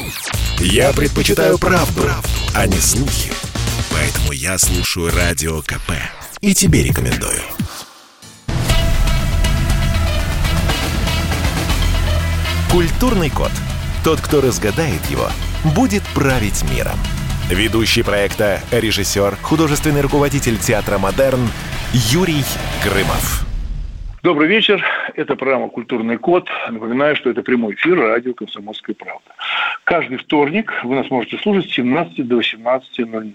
Я предпочитаю правду, а не слухи. Поэтому я слушаю Радио КП. И тебе рекомендую. Культурный код. Тот, кто разгадает его, будет править миром. Ведущий проекта, режиссер, художественный руководитель театра «Модерн» Юрий Грымов. Добрый вечер. Это программа «Культурный код». Напоминаю, что это прямой эфир радио «Комсомольская правда». Каждый вторник вы нас можете слушать с 17 до 18:00.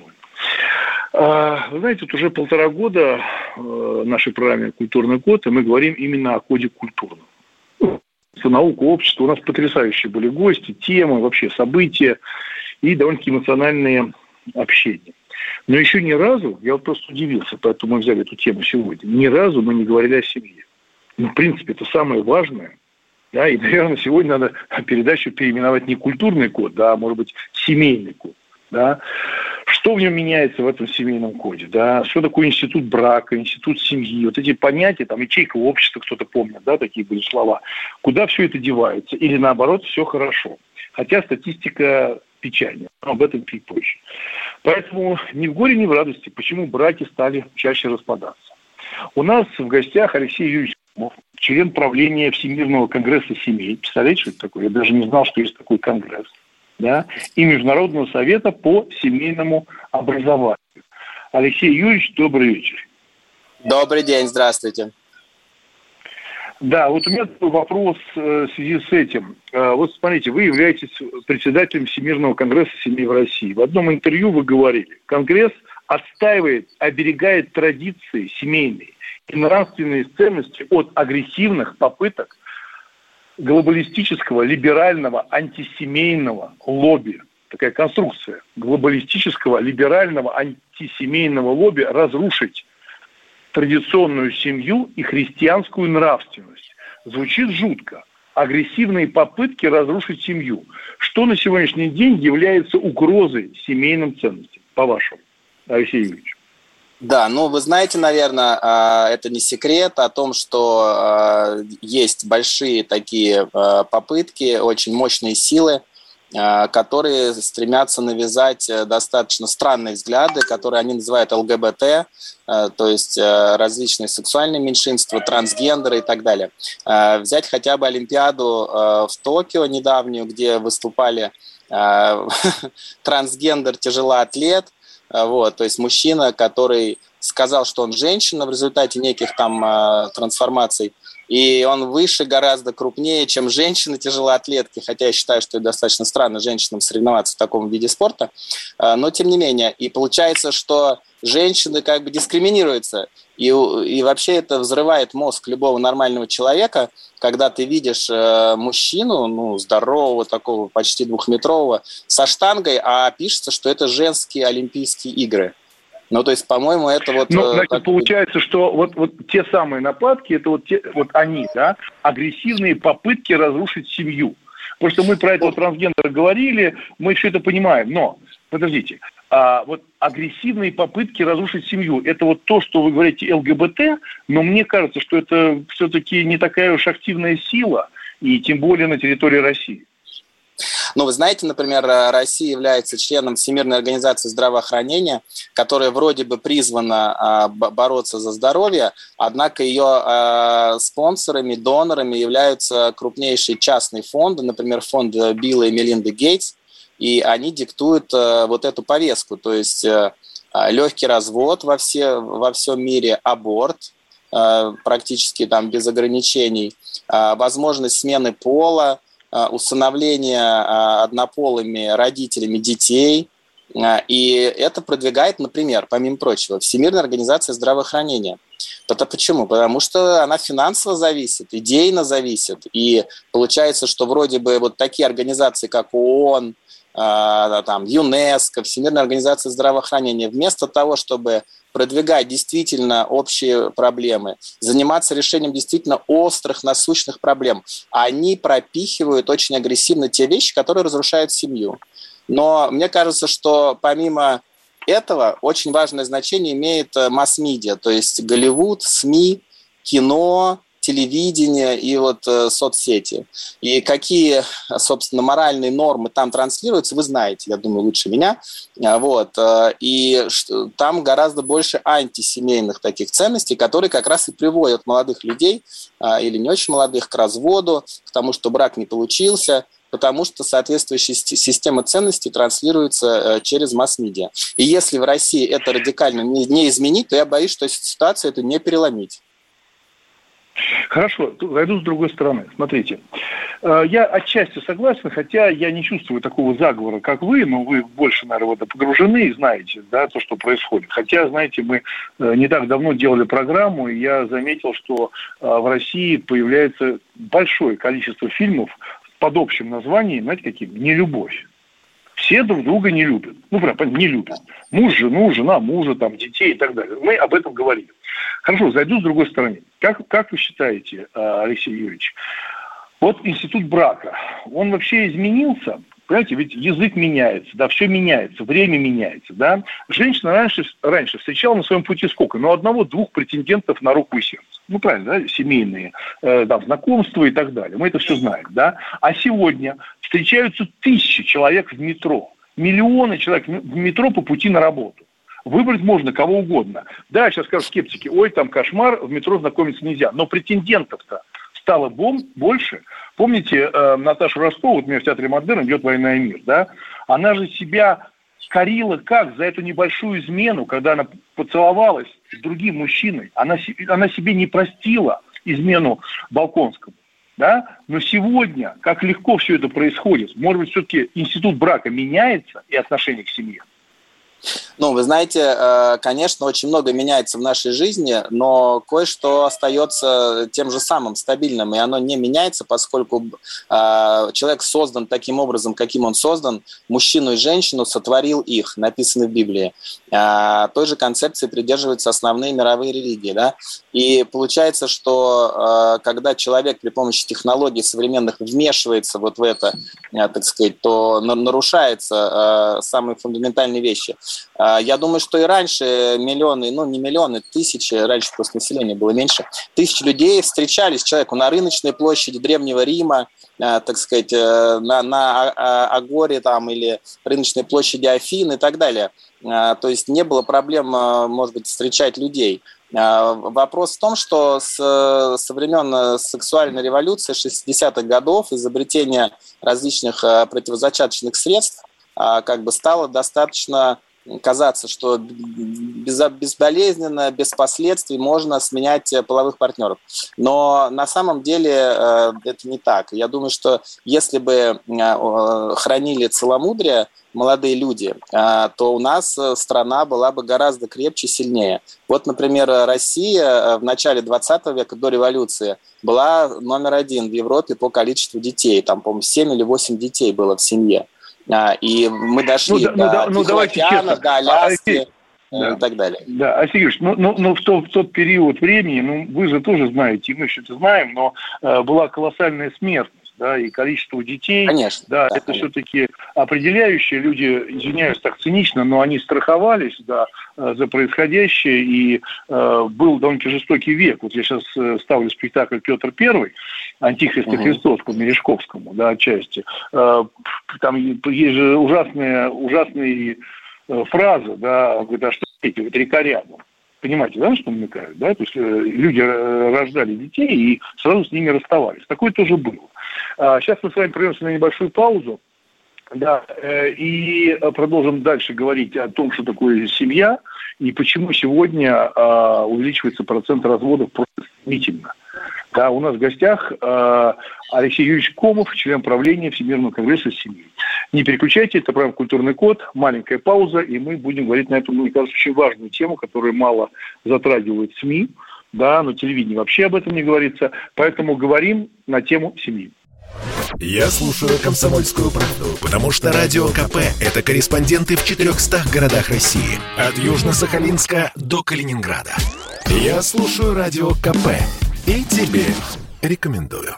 Вы знаете, вот уже 1,5 года в нашей программе «Культурный код», и мы говорим именно о коде культурном. Наука, общество. У нас потрясающие были гости, темы, вообще события и довольно-таки эмоциональные общения. Но еще ни разу, я вот просто удивился, поэтому мы взяли эту тему сегодня, ни разу мы не говорили о семье. Ну, в принципе, это самое важное. Да, и, наверное, сегодня надо передачу переименовать не культурный код, да, а, может быть, семейный код. Да. Что в нем меняется в этом семейном коде? Да? Что такое институт брака, институт семьи? Вот эти понятия, там, ячейка общества, кто-то помнит, да, такие были слова. Куда все это девается? Или, наоборот, все хорошо? Хотя статистика печальная, но об этом чуть позже. Поэтому ни в горе, ни в радости, почему браки стали чаще распадаться. У нас в гостях Алексей Юрьевич, член правления Всемирного конгресса семей. Представляете, что это такое? Я даже не знал, что есть такой конгресс. Да, и Международного совета по семейному образованию. Алексей Юрьевич, добрый вечер. Добрый день, здравствуйте. Да, вот у меня такой вопрос в связи с этим. Вот смотрите, вы являетесь председателем Всемирного конгресса семей в России. В одном интервью вы говорили, Конгресс отстаивает, оберегает традиции семейные и нравственные ценности от агрессивных попыток глобалистического, либерального, антисемейного лобби. Такая конструкция глобалистического, либерального, антисемейного лобби разрушить традиционную семью и христианскую нравственность. Звучит жутко. Агрессивные попытки разрушить семью. Что на сегодняшний день является угрозой семейным ценностям, по-вашему, Алексей Юрьевич? Да, ну вы знаете, наверное, это не секрет о том, что есть большие такие попытки, очень мощные силы, которые стремятся навязать достаточно странные взгляды, которые они называют ЛГБТ, то есть различные сексуальные меньшинства, трансгендеры и так далее. Взять хотя бы Олимпиаду в Токио недавнюю, где выступали трансгендер-тяжелоатлет, вот, то есть мужчина, который сказал, что он женщина в результате неких там трансформаций, и он выше, гораздо крупнее, чем женщины-тяжелоатлетки, хотя я считаю, что это достаточно странно женщинам соревноваться в таком виде спорта, но тем не менее. И получается, что женщины как бы дискриминируются, и вообще это взрывает мозг любого нормального человека, когда ты видишь мужчину, ну, здорового, такого почти 2-метрового, со штангой, а пишется, что это женские Олимпийские игры. Ну, то есть, по-моему, это вот... Ну, значит, получается, что вот те самые нападки, это вот они, да, агрессивные попытки разрушить семью. Потому что мы про этого трансгендера говорили, мы все это понимаем, но, подождите, вот агрессивные попытки разрушить семью, это вот то, что вы говорите ЛГБТ, но мне кажется, что это все-таки не такая уж активная сила, и тем более на территории России. Ну, вы знаете, например, Россия является членом Всемирной организации здравоохранения, которая вроде бы призвана бороться за здоровье, однако ее спонсорами, донорами являются крупнейшие частные фонды, например, фонд Билла и Мелинды Гейтс, и они диктуют вот эту повестку, то есть легкий развод во всем мире, аборт, практически там без ограничений, возможность смены пола, усыновление однополыми родителями детей. И это продвигает, например, помимо прочего, Всемирная организация здравоохранения. Это почему? Потому что она финансово зависит, идейно зависит. И получается, что вроде бы вот такие организации, как ООН, там, ЮНЕСКО, Всемирная организация здравоохранения, вместо того, чтобы продвигать действительно общие проблемы, заниматься решением действительно острых, насущных проблем, они пропихивают очень агрессивно те вещи, которые разрушают семью. Но мне кажется, что помимо этого очень важное значение имеет масс-медиа, то есть Голливуд, СМИ, кино, телевидение и вот соцсети. И какие, собственно, моральные нормы там транслируются, вы знаете, я думаю, лучше меня. Вот. И там гораздо больше антисемейных таких ценностей, которые как раз и приводят молодых людей или не очень молодых к разводу, к тому, что брак не получился, потому что соответствующая система ценностей транслируется через масс-медиа. И если в России это радикально не изменить, то я боюсь, что ситуацию это не переломить. Хорошо, зайду с другой стороны. Смотрите, я отчасти согласен, хотя я не чувствую такого заговора, как вы, но вы больше, наверное, в это погружены и знаете, да, то, что происходит. Хотя, знаете, мы не так давно делали программу, и я заметил, что в России появляется большое количество фильмов под общим названием, знаете, каким? «Нелюбовь». Все друг друга не любят. Ну, прям не любят. Муж, жену, жена, мужа, там, детей и так далее. Мы об этом говорили. Хорошо, зайду с другой стороны. Как вы считаете, Алексей Юрьевич, вот институт брака, он вообще изменился? Понимаете, ведь язык меняется, да, все меняется, время меняется, да. Женщина раньше встречала на своем пути сколько? Ну, 1-2 претендентов на руку и сердце. Ну, правильно, да, семейные, да, знакомства и так далее. Мы это все знаем, да. А сегодня встречаются тысячи человек в метро, миллионы человек в метро по пути на работу. Выбрать можно кого угодно. Да, сейчас скажут скептики, ой, там кошмар, в метро знакомиться нельзя. Но претендентов-то стало больше. Помните Наташу Ростову, вот у меня в Театре Модерн идет «Война и мир», да? Она же себя корила как за эту небольшую измену, когда она поцеловалась с другим мужчиной. Она себе не простила измену Болконскому. Да? Но сегодня, как легко все это происходит, может быть, все-таки институт брака меняется и отношение к семье? Ну, вы знаете, конечно, очень много меняется в нашей жизни, но кое-что остается тем же самым, стабильным, и оно не меняется, поскольку человек создан таким образом, каким он создан, мужчину и женщину сотворил их, написано в Библии. Той же концепции придерживаются основные мировые религии, да? И получается, что когда человек при помощи технологий современных вмешивается вот в это, так сказать, то нарушаются самые фундаментальные вещи. Я думаю, что и раньше миллионы, ну не миллионы, тысячи, раньше просто населения было меньше, тысячи людей встречались человеку на рыночной площади Древнего Рима, так сказать, на Агоре там, или рыночной площади Афин и так далее. То есть не было проблем, может быть, встречать людей. Вопрос в том, что со времен сексуальной революции 60-х годов, изобретения различных противозачаточных средств, как бы стало достаточно казаться, что безболезненно, без последствий можно сменять половых партнеров. Но на самом деле это не так. Я думаю, что если бы хранили целомудрие молодые люди, то у нас страна была бы гораздо крепче, сильнее. Вот, например, Россия в начале 20 века, до революции, была номер 1 в Европе по количеству детей. Там, по-моему, 7 или 8 детей было в семье. И мы дошли до Тихого океана, до Аляски и так далее. Да, Алексей Юрьевич, в тот период времени, вы же тоже знаете, и мы все это знаем, но была колоссальная смертность. Да, и количество детей, конечно, да, это конечно. Все-таки определяющие. Люди, извиняюсь так цинично, но они страховались, да, за происходящее, и был довольно жестокий век. Вот я сейчас ставлю спектакль «Петр I», «Антихрист и Христос» по Мережковскому, да, отчасти. Там есть же ужасные фразы, да, говорят, что эти вот рекоряне. Понимаете, да, что намекают, да? То есть люди рождали детей и сразу с ними расставались. Такое тоже было. Сейчас мы с вами прервемся на небольшую паузу, да, и продолжим дальше говорить о том, что такое семья и почему сегодня увеличивается процент разводов просто стремительно. Да, у нас в гостях Алексей Юрьевич Комов, член правления Всемирного конгресса семьи. Не переключайте, это программа «Культурный код», маленькая пауза, и мы будем говорить на эту, мне кажется, очень важную тему, которая мало затрагивает СМИ, да, но телевидение вообще об этом не говорится, поэтому говорим на тему семьи. Я слушаю «Комсомольскую правду», потому что Радио КП – это корреспонденты в 400 городах России, от Южно-Сахалинска до Калининграда. Я слушаю Радио КП и тебе рекомендую.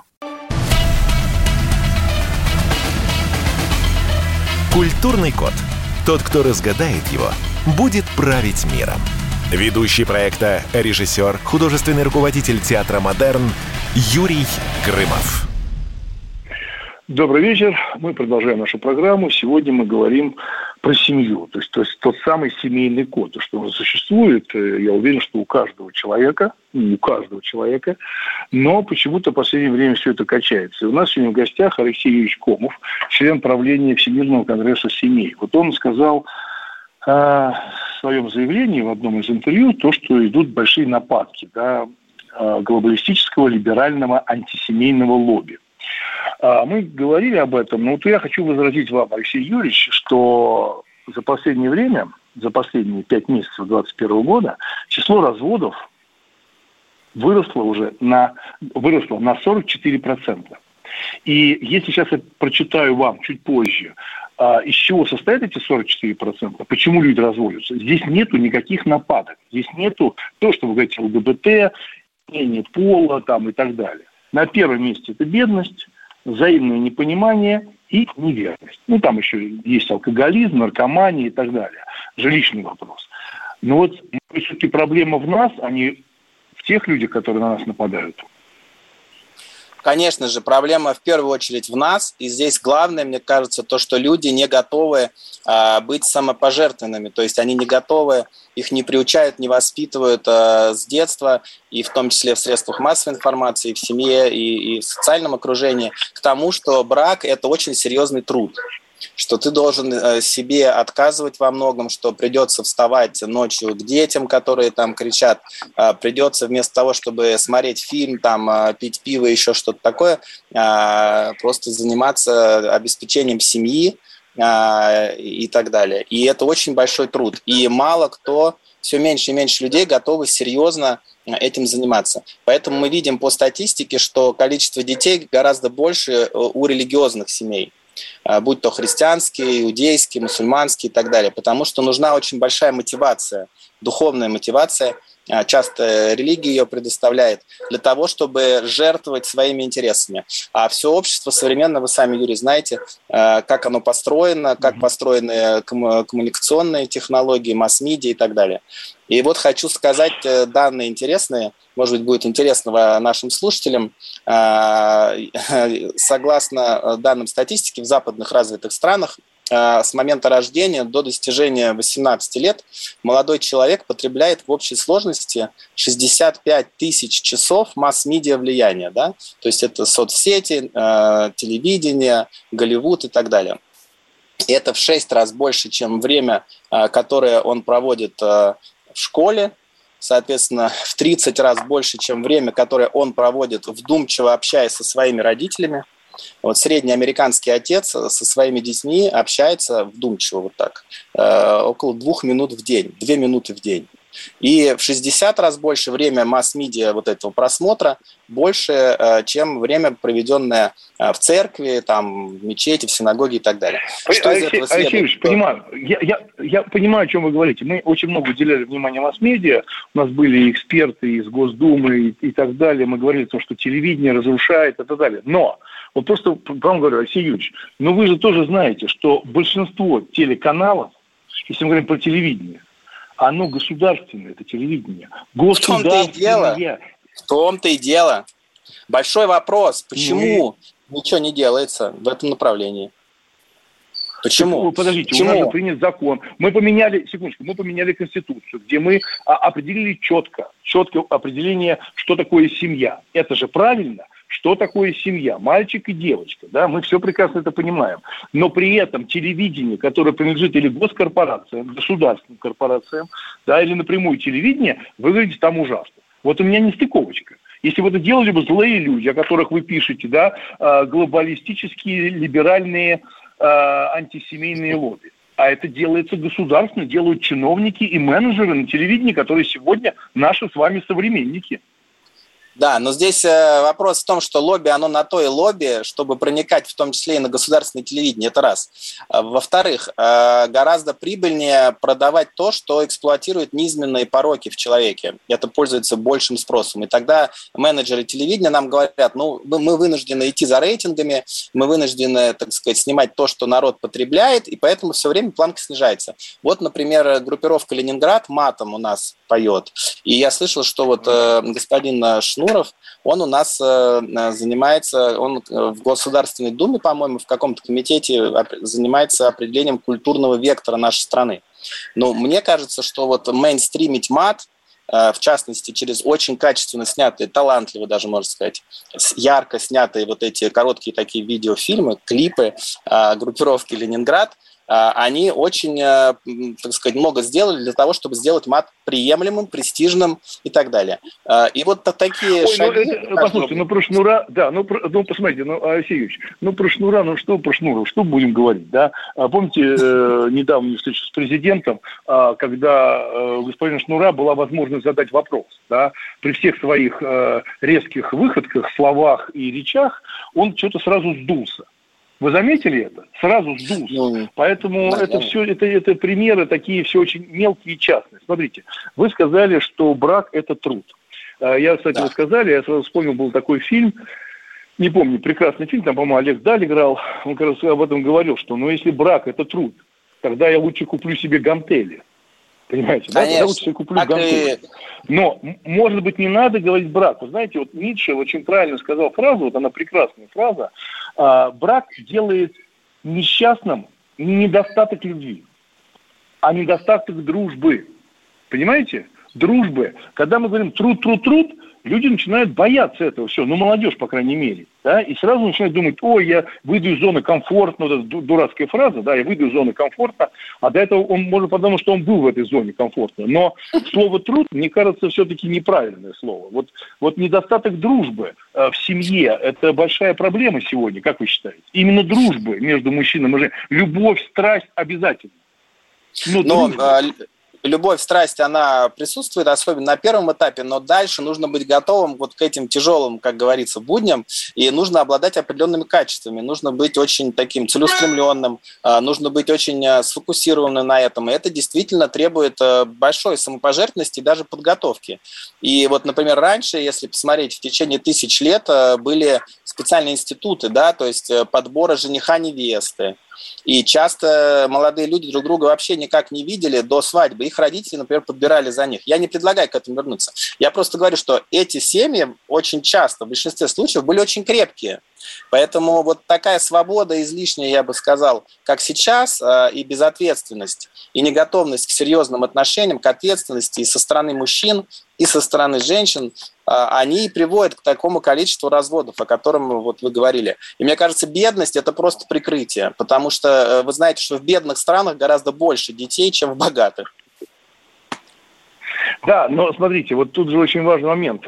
Культурный код. Тот, кто разгадает его, будет править миром. Ведущий проекта, режиссер, художественный руководитель театра «Модерн» Юрий Грымов. Добрый вечер. Мы продолжаем нашу программу. Сегодня мы говорим про семью. То есть тот самый семейный код. Что он существует, я уверен, что у каждого человека, но почему-то в последнее время все это качается. И у нас сегодня в гостях Алексей Юрьевич Комов, член правления Всемирного конгресса семей. Вот он сказал в своем заявлении в одном из интервью то, что идут большие нападки глобалистического, либерального, антисемейного лобби. Мы говорили об этом, но вот я хочу возразить вам, Алексей Юрьевич, что за последнее время, за последние 5 месяцев 2021 года число разводов выросло на 44%. И если сейчас я прочитаю вам чуть позже, из чего состоят эти 44%, почему люди разводятся, здесь нету никаких нападок, здесь нету то, что вы говорите, ЛГБТ, изменение пола и так далее. На первом месте это бедность, взаимное непонимание и неверность. Там еще есть алкоголизм, наркомания и так далее. Жилищный вопрос. Но вот все-таки проблема в нас, а не в тех людях, которые на нас нападают. Конечно же, проблема в первую очередь в нас. И здесь главное, мне кажется, то, что люди не готовы быть самопожертвованными. То есть они не готовы, их не приучают, не воспитывают с детства, и в том числе в средствах массовой информации, и в семье, и в социальном окружении, к тому, что брак – это очень серьезный труд. Что ты должен себе отказывать во многом, что придется вставать ночью к детям, которые там кричат, придется вместо того, чтобы смотреть фильм, пить пиво, еще что-то такое, просто заниматься обеспечением семьи и так далее. И это очень большой труд. И мало кто, все меньше и меньше людей готовы серьезно этим заниматься. Поэтому мы видим по статистике, что количество детей гораздо больше у религиозных семей, будь то христианские, иудейские, мусульманские и так далее, потому что нужна очень большая мотивация, духовная мотивация, часто религия ее предоставляет, для того, чтобы жертвовать своими интересами. А все общество современное, вы сами, Юрий, знаете, как оно построено, как построены коммуникационные технологии, масс-медиа и так далее. И вот хочу сказать данные интересные, может быть, будет интересно нашим слушателям. Согласно данным статистики, в западных развитых странах с момента рождения до достижения 18 лет молодой человек потребляет в общей сложности 65 тысяч часов масс-медиа влияния. Да? То есть это соцсети, телевидение, Голливуд и так далее. И это в 6 раз больше, чем время, которое он проводит в школе. Соответственно, в 30 раз больше, чем время, которое он проводит, вдумчиво общаясь со своими родителями. Вот средний американский отец со своими детьми общается вдумчиво около 2 минут в день, 2 минуты в день. И в 60 раз больше время масс-медиа этого просмотра больше, чем время, проведенное в церкви, в мечети, в синагоге и так далее. Что из этого следует? Алексей, понимаю. Я понимаю, о чем вы говорите. Мы очень много уделяли внимания масс-медиа. У нас были эксперты из Госдумы и так далее. Мы говорили о том, что телевидение разрушает и так далее. Но вот просто вам говорю, Алексей Юрьевич, но вы же тоже знаете, что большинство телеканалов, если мы говорим про телевидение, оно государственное, это телевидение. Государственное. В том-то и дело. Большой вопрос, почему ничего не делается в этом направлении? Почему? Подождите, у нас же принят закон. Мы поменяли Конституцию, где мы определили четкое определение, что такое семья. Это же правильно. Что такое семья? Мальчик и девочка. Да? Мы все прекрасно это понимаем. Но при этом телевидение, которое принадлежит или госкорпорациям, государственным корпорациям, или напрямую телевидение, выглядит там ужасно. Вот у меня нестыковочка. Если бы это делали бы злые люди, о которых вы пишете, глобалистические, либеральные, антисемейные лобби. А это делается государственно, делают чиновники и менеджеры на телевидении, которые сегодня наши с вами современники. Да, но здесь вопрос в том, что лобби, оно на то и лобби, чтобы проникать в том числе и на государственное телевидение, это раз. Во-вторых, гораздо прибыльнее продавать то, что эксплуатирует низменные пороки в человеке. Это пользуется большим спросом. И тогда менеджеры телевидения нам говорят, мы вынуждены идти за рейтингами, мы вынуждены, снимать то, что народ потребляет, и поэтому все время планка снижается. Вот, например, группировка «Ленинград» матом у нас поет. И я слышал, что вот господин Шнуров, он у нас занимается, он в Государственной Думе, по-моему, в каком-то комитете занимается определением культурного вектора нашей страны. Но мне кажется, что вот мейнстримить мат, в частности, через очень качественно снятые, талантливо даже, можно сказать, ярко снятые вот эти короткие такие видеофильмы, клипы группировки «Ленинград», они очень, так сказать, много сделали для того, чтобы сделать мат приемлемым, престижным и так далее. И вот такие шаги... Послушайте, про Шнура, да, посмотрите, Алексей Юрьевич, про Шнура, что про Шнуров, что будем говорить, да? Помните недавнюю встречу с президентом, когда у господина Шнура была возможность задать вопрос, да? При всех своих резких выходках, словах и речах он что-то сразу сдулся. Вы заметили это? Сразу сдулся. Поэтому это все, это примеры такие все очень мелкие и частные. Смотрите, вы сказали, что брак – это труд. Я, кстати, вы сказали, я сразу вспомнил, был такой фильм, не помню, прекрасный фильм, там, по-моему, Олег Даль играл, он как раз об этом говорил, что, если брак – это труд, тогда я лучше куплю себе гантели. Понимаете, да? Я лучше себе куплю гантели. Но, может быть, не надо говорить брак. Вы знаете, вот Ницше очень правильно сказал фразу, вот она прекрасная фраза, брак делает несчастным не недостаток любви, а недостаток дружбы. Понимаете? Дружбы. Когда мы говорим труд, люди начинают бояться этого все, молодежь, по крайней мере, да, и сразу начинают думать, я выйду из зоны комфорта, вот эта дурацкая фраза, да, я выйду из зоны комфорта, а до этого он может подумать, что он был в этой зоне комфорта. Но слово труд, мне кажется, все-таки неправильное слово. Вот недостаток дружбы в семье – это большая проблема сегодня, как вы считаете? Именно дружбы между мужчиной и женщиной. Любовь, страсть обязательно. Но любовь, страсть, она присутствует, особенно на первом этапе, но дальше нужно быть готовым вот к этим тяжелым, как говорится, будням, и нужно обладать определенными качествами, нужно быть очень таким целеустремленным, нужно быть очень сфокусированным на этом, и это действительно требует большой самопожертвованности и даже подготовки. И вот, например, раньше, если посмотреть, в течение 1000 лет были специальные институты, да, то есть подбора жениха-невесты. И часто молодые люди друг друга вообще никак не видели до свадьбы. Их родители, например, подбирали за них. Я не предлагаю к этому вернуться. Я просто говорю, что эти семьи очень часто, в большинстве случаев, были очень крепкие. Поэтому вот такая свобода излишняя, я бы сказал, как сейчас, и безответственность, и неготовность к серьезным отношениям, к ответственности и со стороны мужчин, и со стороны женщин, они приводят к такому количеству разводов, о котором вот вы говорили. И мне кажется, бедность – это просто прикрытие, потому что вы знаете, что в бедных странах гораздо больше детей, чем в богатых. Да, но смотрите, вот тут же очень важный момент.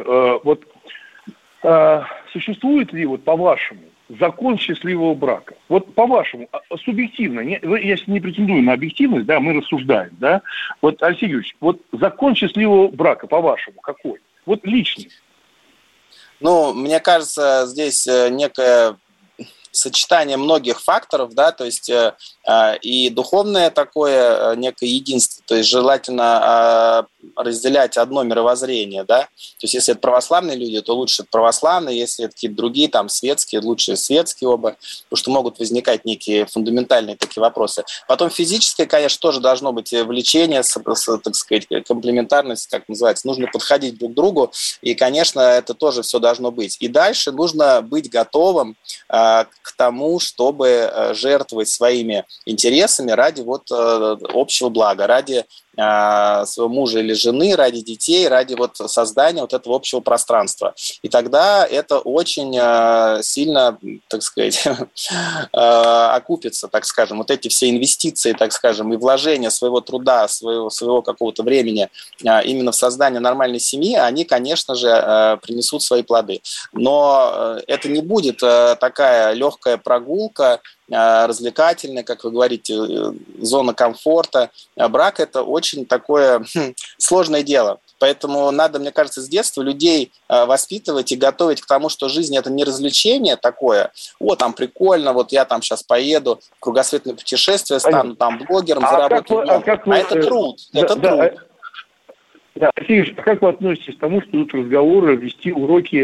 Существует ли, по-вашему, закон счастливого брака? Вот по-вашему, субъективно, я не претендую на объективность, да, мы рассуждаем, да. Вот, Алексей Юрьевич, вот закон счастливого брака, по-вашему, какой? Вот личный. Мне кажется, здесь некое сочетание многих факторов, да, то есть и духовное такое некое единство, то есть желательно разделять одно мировоззрение, да, то есть если это православные люди, то лучше православные, если это какие-то другие, там, светские, лучше светские оба, потому что могут возникать некие фундаментальные такие вопросы. Потом физическое, конечно, тоже должно быть влечение, так сказать, комплементарность, как называется, нужно подходить друг к другу, и, конечно, это тоже все должно быть. И дальше нужно быть готовым к тому, чтобы жертвовать своими интересами ради общего блага, ради своего мужа или жены, ради детей, ради создания этого общего пространства. И тогда это очень сильно, так сказать, окупится, так скажем. Вот эти все инвестиции, так скажем, и вложения своего труда, своего какого-то времени именно в создание нормальной семьи, они, конечно же, принесут свои плоды. Но это не будет такая легкая прогулка, развлекательная, как вы говорите, зона комфорта. Брак – это очень такое сложное дело. Поэтому надо, мне кажется, с детства людей воспитывать и готовить к тому, что жизнь – это не развлечение такое. Там прикольно, я там сейчас поеду в кругосветное путешествие, стану там блогером, заработаю. Это труд. Это труд. Да, Алексей, как вы относитесь к тому, что тут разговоры вести уроки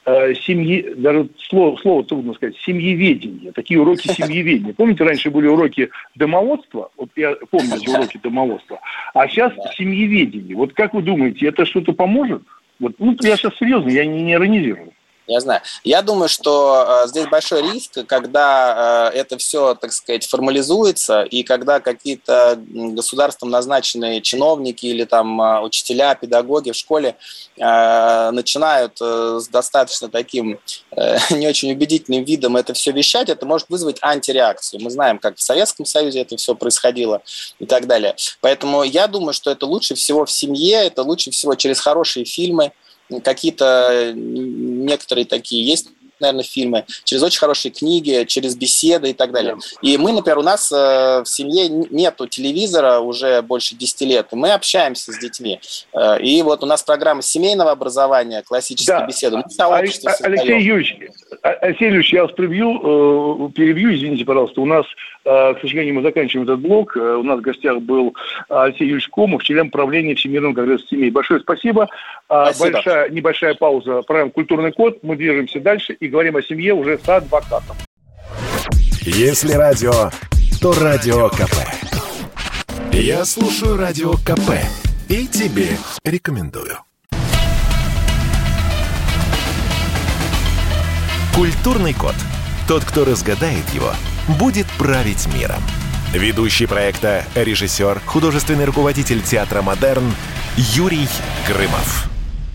семьи, даже слово трудно сказать, семьеведение, такие уроки семьеведения. Помните, раньше были уроки домоводства, вот я помню эти уроки домоводства, а сейчас семьеведение. Вот как вы думаете, это что-то поможет? Вот, я сейчас серьезно, я не иронизирую. Я знаю. Я думаю, что здесь большой риск, когда это все, так сказать, формализуется, и когда какие-то государством назначенные чиновники или там учителя, педагоги в школе начинают с достаточно таким не очень убедительным видом это все вещать, это может вызвать антиреакцию. Мы знаем, как в Советском Союзе это все происходило и так далее. Поэтому я думаю, что это лучше всего в семье, это лучше всего через хорошие фильмы, какие-то некоторые такие есть, наверное, фильмы, через очень хорошие книги, через беседы и так далее. И мы, например, у нас в семье нету телевизора уже больше 10 лет, и мы общаемся с детьми. И вот у нас программа семейного образования, классические беседы. Алексей Юрьевич, я вас перебью, извините, пожалуйста. У нас, к сожалению, мы заканчиваем этот блок. У нас в гостях был Алексей Юрьевич Комов, член правления Всемирного конгресса семей. Большое спасибо. Небольшая пауза. Программа «Культурный код». Мы движемся дальше и говорим о семье уже с адвокатом. Если радио, то Радио КП. Я слушаю Радио КП и тебе рекомендую. Культурный код. Тот, кто разгадает его, будет править миром. Ведущий проекта, режиссер, художественный руководитель театра «Модерн» Юрий Грымов.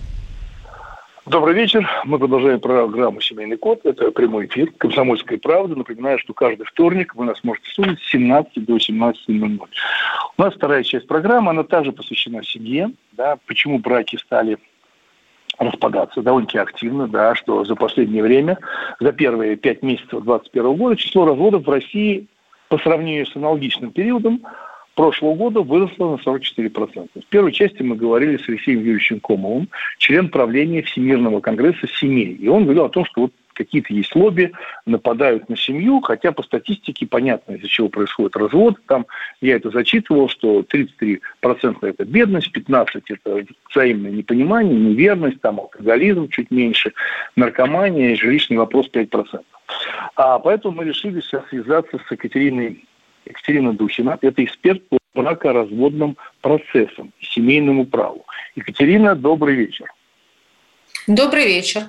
Добрый вечер. Мы продолжаем программу «Семейный код». Это прямой эфир «Комсомольской правды». Напоминаю, что каждый вторник вы нас можете слушать с 17 до 18:00. У нас вторая часть программы, она также посвящена семье. Да, почему браки стали распадаться довольно-таки активно, да, что за последнее время, за первые 5 месяцев 2021 года, число разводов в России по сравнению с аналогичным периодом прошлого года выросло на 44%. В первой части мы говорили с Алексеем Юрьевичем Комовым, член правления Всемирного конгресса семей. И он говорил о том, что вот какие-то есть лобби, нападают на семью, хотя по статистике понятно, из-за чего происходит развод. Там я это зачитывал, что 33% это бедность, 15% это взаимное непонимание, неверность, там алкоголизм чуть меньше, наркомания, жилищный вопрос 5%. Поэтому мы решили сейчас связаться с Екатерина Духина, это эксперт по бракоразводным процессам и семейному праву. Екатерина, добрый вечер. Добрый вечер.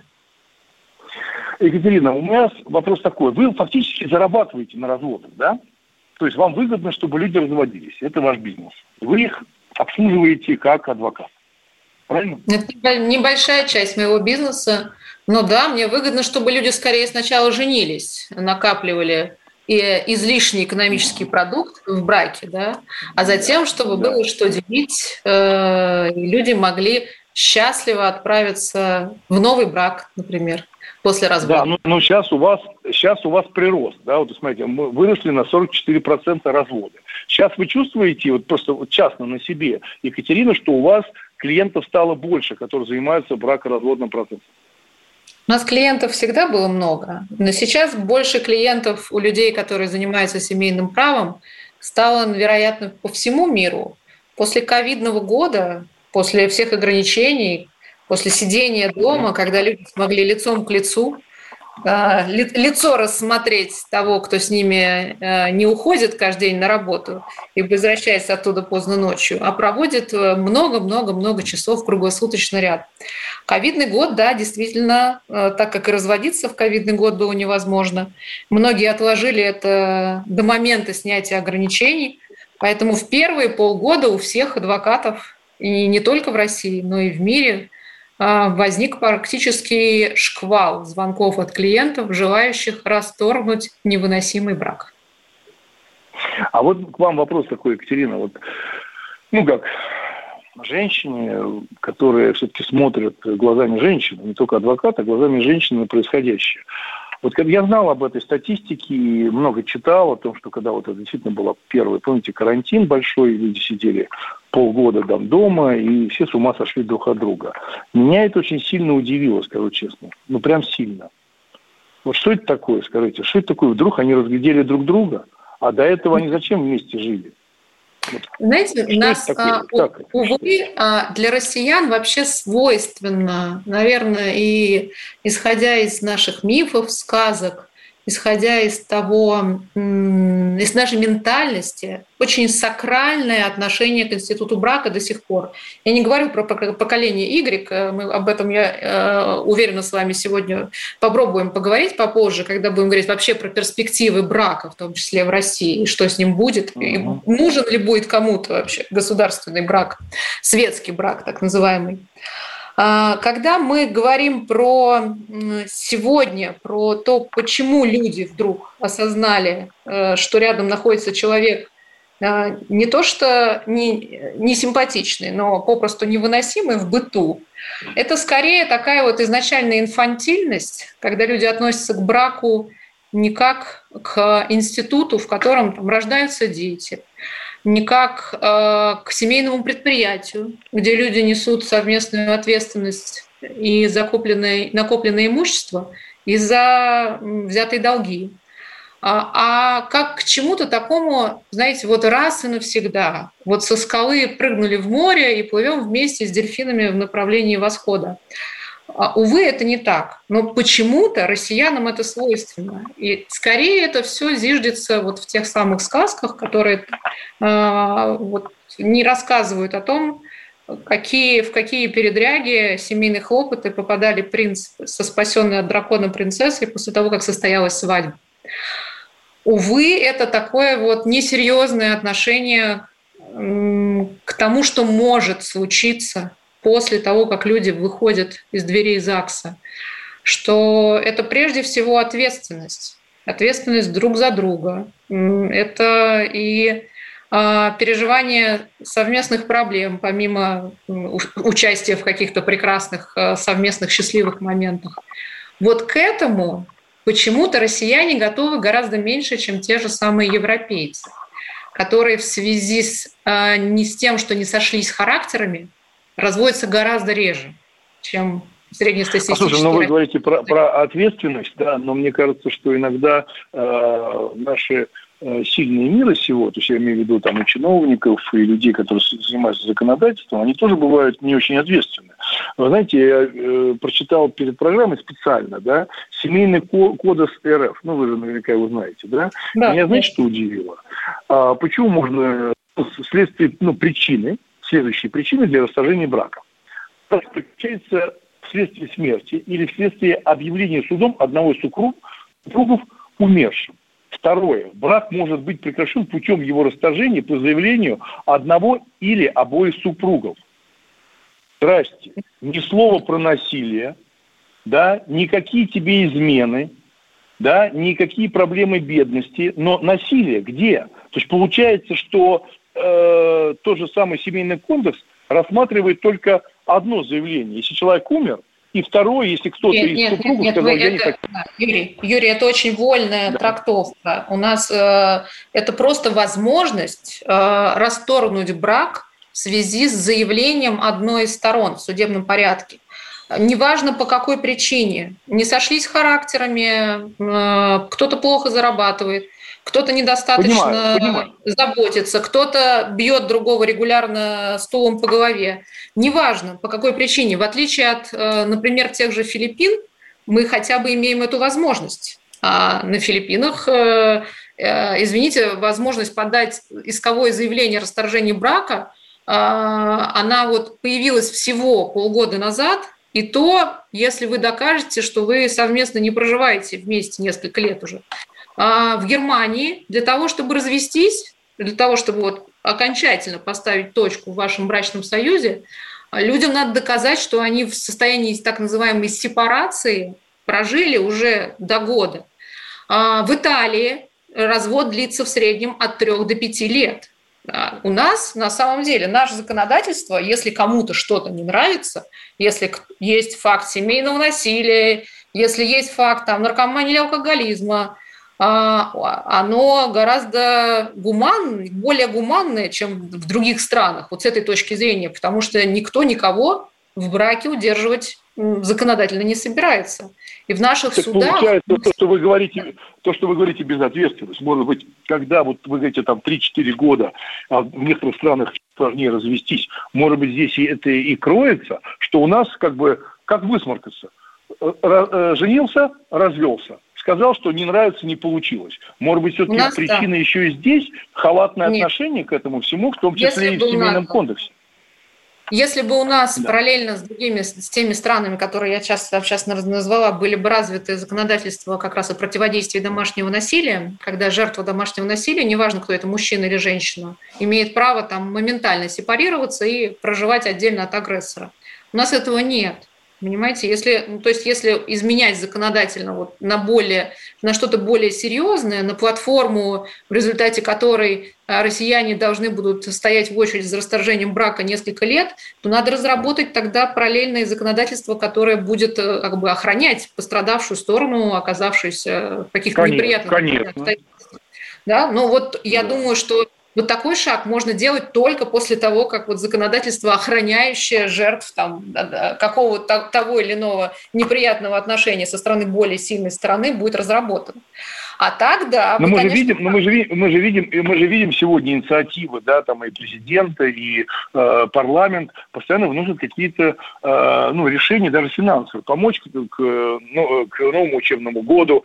Екатерина, у меня вопрос такой. Вы фактически зарабатываете на разводах, да? То есть вам выгодно, чтобы люди разводились. Это ваш бизнес. Вы их обслуживаете как адвокат. Правильно? Это небольшая часть моего бизнеса. Но да, мне выгодно, чтобы люди скорее сначала женились, накапливали и излишний экономический продукт в браке, да, а затем, чтобы было что делить, и люди могли счастливо отправиться в новый брак, например, после развода. Да, но сейчас у вас прирост, да, вот смотрите, мы выросли на 44% разводы. Сейчас вы чувствуете, вот просто вот частно на себе, Екатерина, что у вас клиентов стало больше, которые занимаются бракоразводным процессом? У нас клиентов всегда было много, но сейчас больше клиентов у людей, которые занимаются семейным правом, стало, вероятно, по всему миру. После ковидного года, после всех ограничений, после сидения дома, когда люди смогли лицом к лицу, лицо рассмотреть того, кто с ними не уходит каждый день на работу и возвращается оттуда поздно ночью, а проводит много-много-много часов круглосуточный ряд. Ковидный год, да, действительно, так как и разводиться в ковидный год было невозможно, многие отложили это до момента снятия ограничений, поэтому в первые полгода у всех адвокатов, и не только в России, но и в мире, возник практически шквал звонков от клиентов, желающих расторгнуть невыносимый брак. А вот к вам вопрос такой, Екатерина. Вот, как женщине, которые все-таки смотрят глазами женщины, не только адвоката, а глазами женщины на происходящее. Вот когда я знал об этой статистике и много читал о том, что когда вот это действительно было первый, помните, карантин большой, люди сидели полгода дома, и все с ума сошли друг от друга. Меня это очень сильно удивило, скажу честно. Прям сильно. Вот что это такое, скажите? Что это такое? Вдруг они разглядели друг друга, а до этого они зачем вместе жили? Знаете, у нас, увы, для россиян вообще свойственно, наверное, и исходя из наших мифов, сказок, исходя из того, из нашей ментальности, очень сакральное отношение к институту брака до сих пор. Я не говорю про поколение Y, мы об этом, я уверена, с вами сегодня попробуем поговорить попозже, когда будем говорить вообще про перспективы брака, в том числе в России, и что с ним будет, и нужен ли будет кому-то вообще государственный брак, светский брак так называемый. Когда мы говорим про сегодня, про то, почему люди вдруг осознали, что рядом находится человек не то что не симпатичный, но попросту невыносимый в быту, это скорее такая вот изначальная инфантильность, когда люди относятся к браку не как к институту, в котором там рождаются дети, не как к семейному предприятию, где люди несут совместную ответственность и накопленное имущество, и за взятые долги, а как к чему-то такому, знаете, вот раз и навсегда. Вот со скалы прыгнули в море и плывем вместе с дельфинами в направлении восхода. Увы, это не так. Но почему-то россиянам это свойственно. И скорее это все зиждется вот в тех самых сказках, которые вот не рассказывают о том, в какие передряги, семейные хлопоты попадали принц со спасенной от дракона принцессой после того, как состоялась свадьба. Увы, это такое вот несерьезное отношение к тому, что может случиться после того, как люди выходят из дверей ЗАГСа, что это прежде всего ответственность друг за друга. Это и переживание совместных проблем, помимо участия в каких-то прекрасных совместных счастливых моментах. Вот к этому почему-то россияне готовы гораздо меньше, чем те же самые европейцы, которые в связи не с тем, что не сошлись характерами, разводятся гораздо реже, чем среднестатистические. Слушай, вы говорите про ответственность, да, но мне кажется, что иногда наши сильные мира сего, то есть я имею в виду там и чиновников, и людей, которые занимаются законодательством, они тоже бывают не очень ответственны. Вы знаете, я прочитал перед программой специально, да, Семейный кодекс РФ, ну вы же наверняка его знаете, да? Меня, знаете, что удивило? Почему можно вследствие причины, следующие причины для расторжения брака. Заключается вследствие смерти или вследствие объявления судом одного из супругов умершим. Второе. Брак может быть прекращен путем его расторжения по заявлению одного или обоих супругов. Здрасте. Ни слова про насилие, да, никакие тебе измены, да, никакие проблемы бедности, но насилие где? То есть получается, что тот же самый семейный кодекс рассматривает только одно заявление. Если человек умер, и второе, если кто-то из супругов сказал, я не хочу. Юрий, это очень вольная трактовка. У нас это просто возможность расторгнуть брак в связи с заявлением одной из сторон в судебном порядке. Неважно по какой причине. Не сошлись характерами, кто-то плохо зарабатывает, кто-то недостаточно заботится, кто-то бьет другого регулярно стулом по голове. Неважно, по какой причине. В отличие от, например, тех же Филиппин, мы хотя бы имеем эту возможность. А на Филиппинах, извините, возможность подать исковое заявление о расторжении брака, она вот появилась всего полгода назад, и то, если вы докажете, что вы совместно не проживаете вместе несколько лет уже. В Германии для того, чтобы развестись, для того, чтобы вот окончательно поставить точку в вашем брачном союзе, людям надо доказать, что они в состоянии так называемой сепарации прожили уже до года. В Италии развод длится в среднем от 3 до 5 лет. У нас, на самом деле, наше законодательство, если кому-то что-то не нравится, если есть факт семейного насилия, если есть факт наркомании или алкоголизма, оно гораздо более гуманное, чем в других странах, вот с этой точки зрения, потому что никто никого в браке удерживать законодательно не собирается. И в наших так судах... Получается, то, что вы говорите, безответственность. Может быть, когда вот вы говорите там 3-4 года, а в некоторых странах сложнее развестись, может быть, здесь это и кроется, что у нас как высморкаться. Женился, развелся. Сказал, что не нравится, не получилось. Может быть, все-таки причина еще и здесь халатное отношение к этому всему, в том числе и в Семейном кодексе. Если бы у нас параллельно с теми странами, которые я сейчас назвала, были бы развиты законодательства как раз о противодействии домашнего насилия, когда жертва домашнего насилия, неважно, кто это, мужчина или женщина, имеет право там моментально сепарироваться и проживать отдельно от агрессора. У нас этого нет. Понимаете, если изменять законодательно на что-то более серьезное, на платформу, в результате которой россияне должны будут стоять в очередь за расторжением брака несколько лет, то надо разработать тогда параллельное законодательство, которое будет охранять пострадавшую сторону, оказавшуюся в каких-то неприятных обстоятельствах. Да? Но я думаю, что такой шаг можно делать только после того, как законодательство, охраняющее жертв какого-то того или иного неприятного отношения со стороны более сильной стороны, будет разработано. А так, да. Но мы же видим сегодня инициативы, да, там и президента, и парламент постоянно вносят какие-то решения, даже финансовые, помочь к новому учебному году,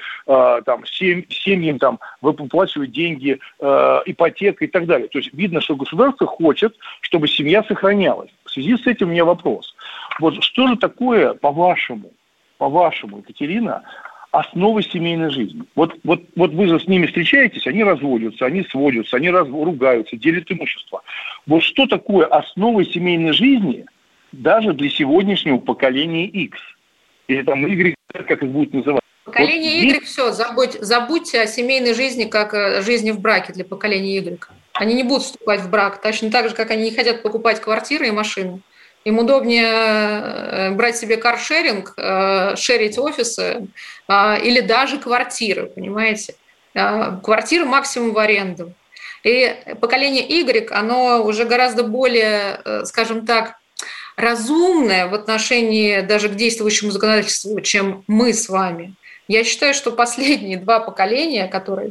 семьям выплачивать деньги, ипотека и так далее. То есть видно, что государство хочет, чтобы семья сохранялась. В связи с этим у меня вопрос. Вот что же такое, по-вашему, Екатерина, основы семейной жизни? Вот вы же с ними встречаетесь, они разводятся, они сводятся, они ругаются, делят имущество. Вот что такое основы семейной жизни даже для сегодняшнего поколения X? Или там Y, как их будут называть? Поколение Y, все, забудьте о семейной жизни, как о жизни в браке для поколения Y. Они не будут вступать в брак, точно так же, как они не хотят покупать квартиры и машины. Им удобнее брать себе каршеринг, шерить офисы или даже квартиры, понимаете? Квартиры максимум в аренду. И поколение Y, оно уже гораздо более, скажем так, разумное в отношении даже к действующему законодательству, чем мы с вами. Я считаю, что последние два поколения, которые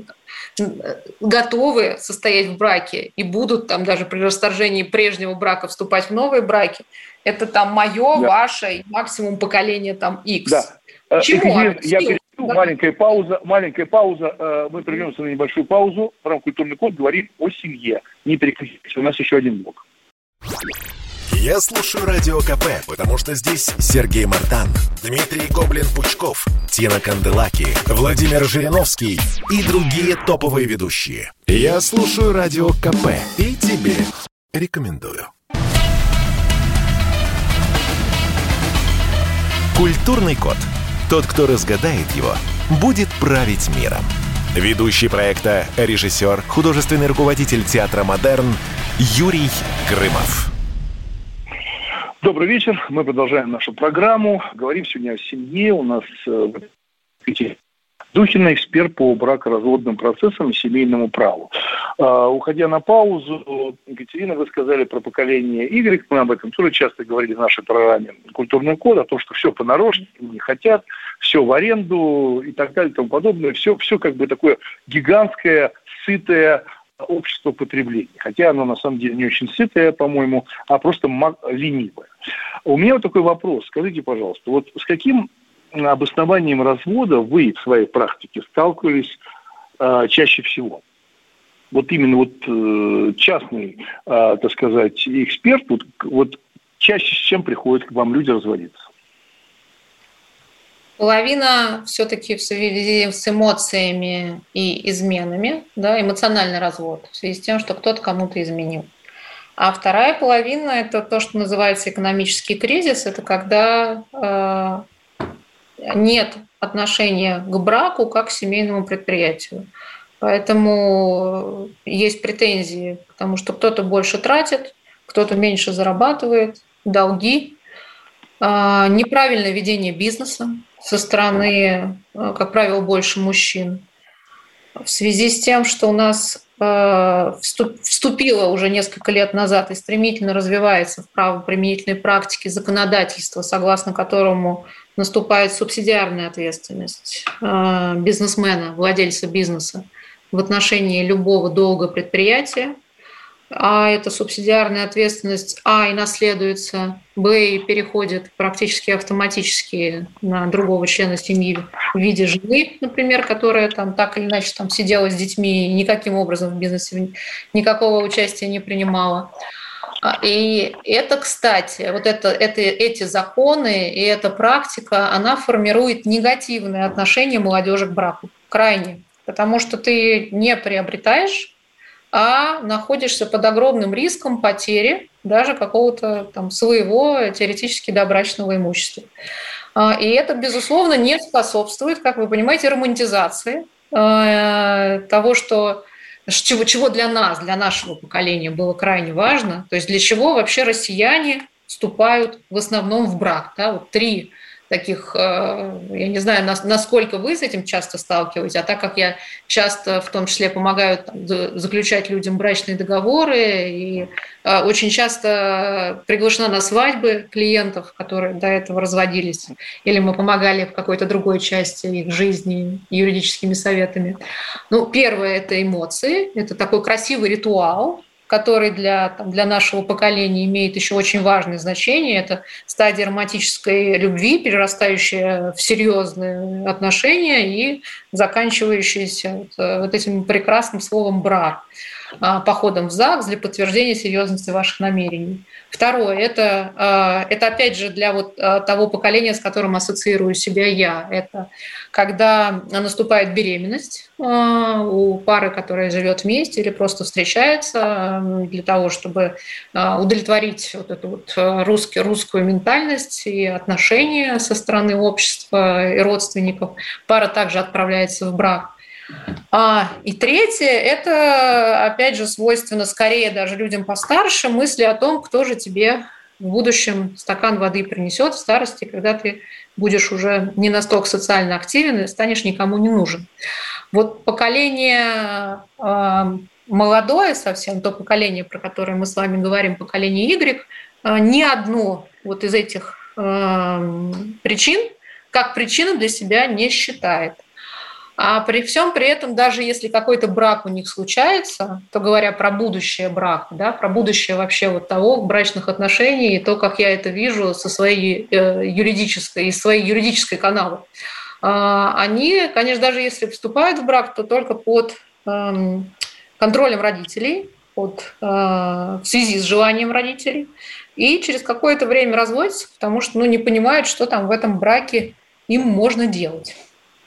готовы состоять в браке и будут там даже при расторжении прежнего брака вступать в новые браки, это там мое, ваше и максимум поколение там X. Да. Чему? Я перейду, маленькая пауза. Мы прервемся на небольшую паузу. Программа «Культурный код» говорит о семье. Не переключайтесь, у нас еще один блок. Я слушаю Радио КП, потому что здесь Сергей Мартан, Дмитрий Гоблин-Пучков, Тина Канделаки, Владимир Жириновский и другие топовые ведущие. Я слушаю Радио КП и тебе рекомендую. Культурный код. Тот, кто разгадает его, будет править миром. Ведущий проекта, режиссер, художественный руководитель театра «Модерн» Юрий Грымов. Добрый вечер. Мы продолжаем нашу программу. Говорим сегодня о семье. У нас Екатерина Духина, эксперт по бракоразводным процессам и семейному праву. Уходя на паузу, Екатерина, вы сказали про поколение Y. Мы об этом тоже часто говорили в нашей программе «Культурный код», о том, что все понарошку, не хотят, все в аренду и так далее и тому подобное. Все как бы такое гигантское, сытое общество потребления. Хотя оно на самом деле не очень сытое, по-моему, а просто ленивое. У меня вот такой вопрос. Скажите, пожалуйста, вот с каким обоснованием развода вы в своей практике сталкивались чаще всего? Вот именно частный, так сказать, эксперт, вот чаще с чем приходят к вам люди разводиться? Половина все-таки в связи с эмоциями и изменами, да, эмоциональный развод, в связи с тем, что кто-то кому-то изменил. А вторая половина – это то, что называется экономический кризис, это когда нет отношения к браку как к семейному предприятию. Поэтому есть претензии, потому что кто-то больше тратит, кто-то меньше зарабатывает, долги, неправильное ведение бизнеса со стороны, как правило, больше мужчин. В связи с тем, что у нас вступила уже несколько лет назад и стремительно развивается в правоприменительной практике законодательства, согласно которому наступает субсидиарная ответственность бизнесмена, владельца бизнеса в отношении любого долга предприятия. А эта субсидиарная ответственность и наследуется, и переходит практически автоматически на другого члена семьи в виде жены, например, которая там так или иначе там сидела с детьми и никаким образом в бизнесе никакого участия не принимала. И это, кстати, эти законы и эта практика, она формирует негативное отношение молодежи к браку, крайне, потому что ты не приобретаешь, а находишься под огромным риском потери даже какого-то там своего теоретически добрачного имущества. И это, безусловно, не способствует, как вы понимаете, романтизации того, чего для нас, для нашего поколения было крайне важно, то есть для чего вообще россияне вступают в основном в брак. Да? Вот 3 таких, я не знаю, насколько вы с этим часто сталкиваетесь, а так как я часто в том числе помогаю заключать людям брачные договоры и очень часто приглашена на свадьбы клиентов, которые до этого разводились, или мы помогали в какой-то другой части их жизни юридическими советами. Первое – это эмоции, это такой красивый ритуал, который для нашего поколения имеет еще очень важное значение. Это стадия романтической любви, перерастающая в серьезные отношения и заканчивающаяся вот этим прекрасным словом «брак», походом в ЗАГС для подтверждения серьезности ваших намерений. Второе – это опять же для того поколения, с которым ассоциирую себя я. Это когда наступает беременность у пары, которая живет вместе или просто встречается для того, чтобы удовлетворить вот эту русскую ментальность и отношения со стороны общества и родственников. Пара также отправляется в брак. И третье – это, опять же, свойственно скорее даже людям постарше, мысли о том, кто же тебе в будущем стакан воды принесет в старости, когда ты будешь уже не настолько социально активен и станешь никому не нужен. Вот поколение молодое совсем, то поколение, про которое мы с вами говорим, поколение Y, ни одну вот из этих причин как причину для себя не считает. А при всем при этом, даже если какой-то брак у них случается, то говоря про будущее брака, да, про будущее вообще того брачных отношений и то, как я это вижу со своей юридической канавы, они, конечно, даже если вступают в брак, то только под контролем родителей, в связи с желанием родителей, и через какое-то время разводятся, потому что не понимают, что там в этом браке им можно делать.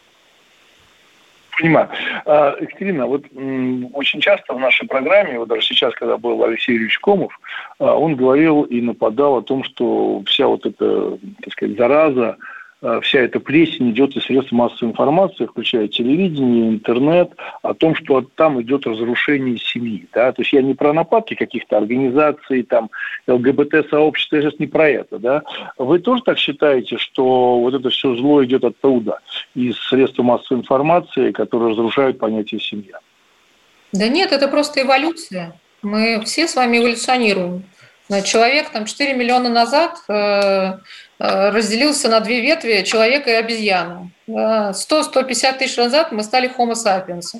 Понимаю. Екатерина, очень часто в нашей программе, даже сейчас, когда был Алексей Юрьевич Комов, он говорил и нападал о том, что вся эта, так сказать, зараза, вся эта плесень идет из средств массовой информации, включая телевидение, интернет, о том, что там идет разрушение семьи. Да? То есть я не про нападки каких-то организаций, ЛГБТ-сообщества, я сейчас не про это. Да? Вы тоже так считаете, что это все зло идет оттуда, из средств массовой информации, которые разрушают понятие семья? Да нет, это просто эволюция. Мы все с вами эволюционируем. Человек 4 миллиона назад разделился на 2 ветви – человека и обезьяну. 100-150 тысяч назад мы стали Homo sapiens.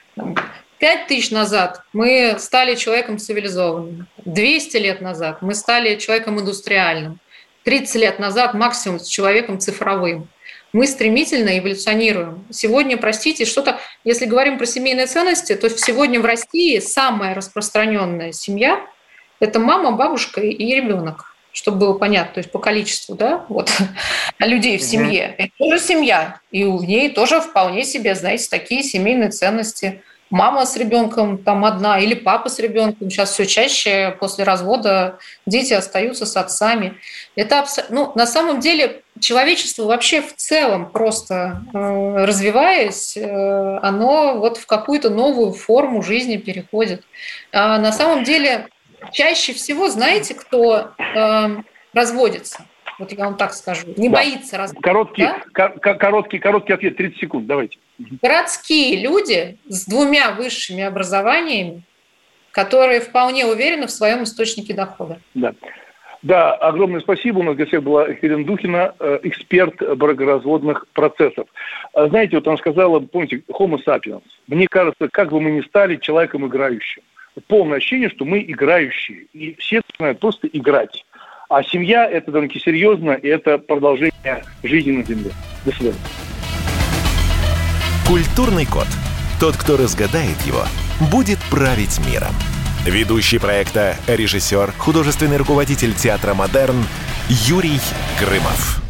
5 тысяч назад мы стали человеком цивилизованным. 200 лет назад мы стали человеком индустриальным. 30 лет назад максимум человеком цифровым. Мы стремительно эволюционируем. Сегодня, простите, если говорим про семейные ценности, то сегодня в России самая распространенная семья – это мама, бабушка и ребенок, чтобы было понятно, то есть по количеству, людей в семье. Это тоже семья, и у ней тоже вполне себе, такие семейные ценности. Мама с ребенком одна или папа с ребенком. Сейчас все чаще после развода дети остаются с отцами. Это на самом деле человечество вообще в целом просто развиваясь, оно в какую-то новую форму жизни переходит. А на самом деле чаще всего, знаете, кто разводится? Вот я вам так скажу. Не боится разве. Короткий ответ, 30 секунд, давайте. Городские люди с 2 высшими образованиями, которые вполне уверены в своем источнике дохода. Да, огромное спасибо. У нас в гостях была Екатерина Духина, эксперт бракоразводных процессов. Знаете, вот она сказала, помните, homo sapiens. Мне кажется, как бы мы ни стали человеком играющим. Полное ощущение, что мы играющие. И все знают просто играть. А семья – это довольно-таки серьезно, и это продолжение жизни на Земле. До свидания. Культурный код. Тот, кто разгадает его, будет править миром. Ведущий проекта, режиссер, художественный руководитель театра «Модерн» Юрий Грымов.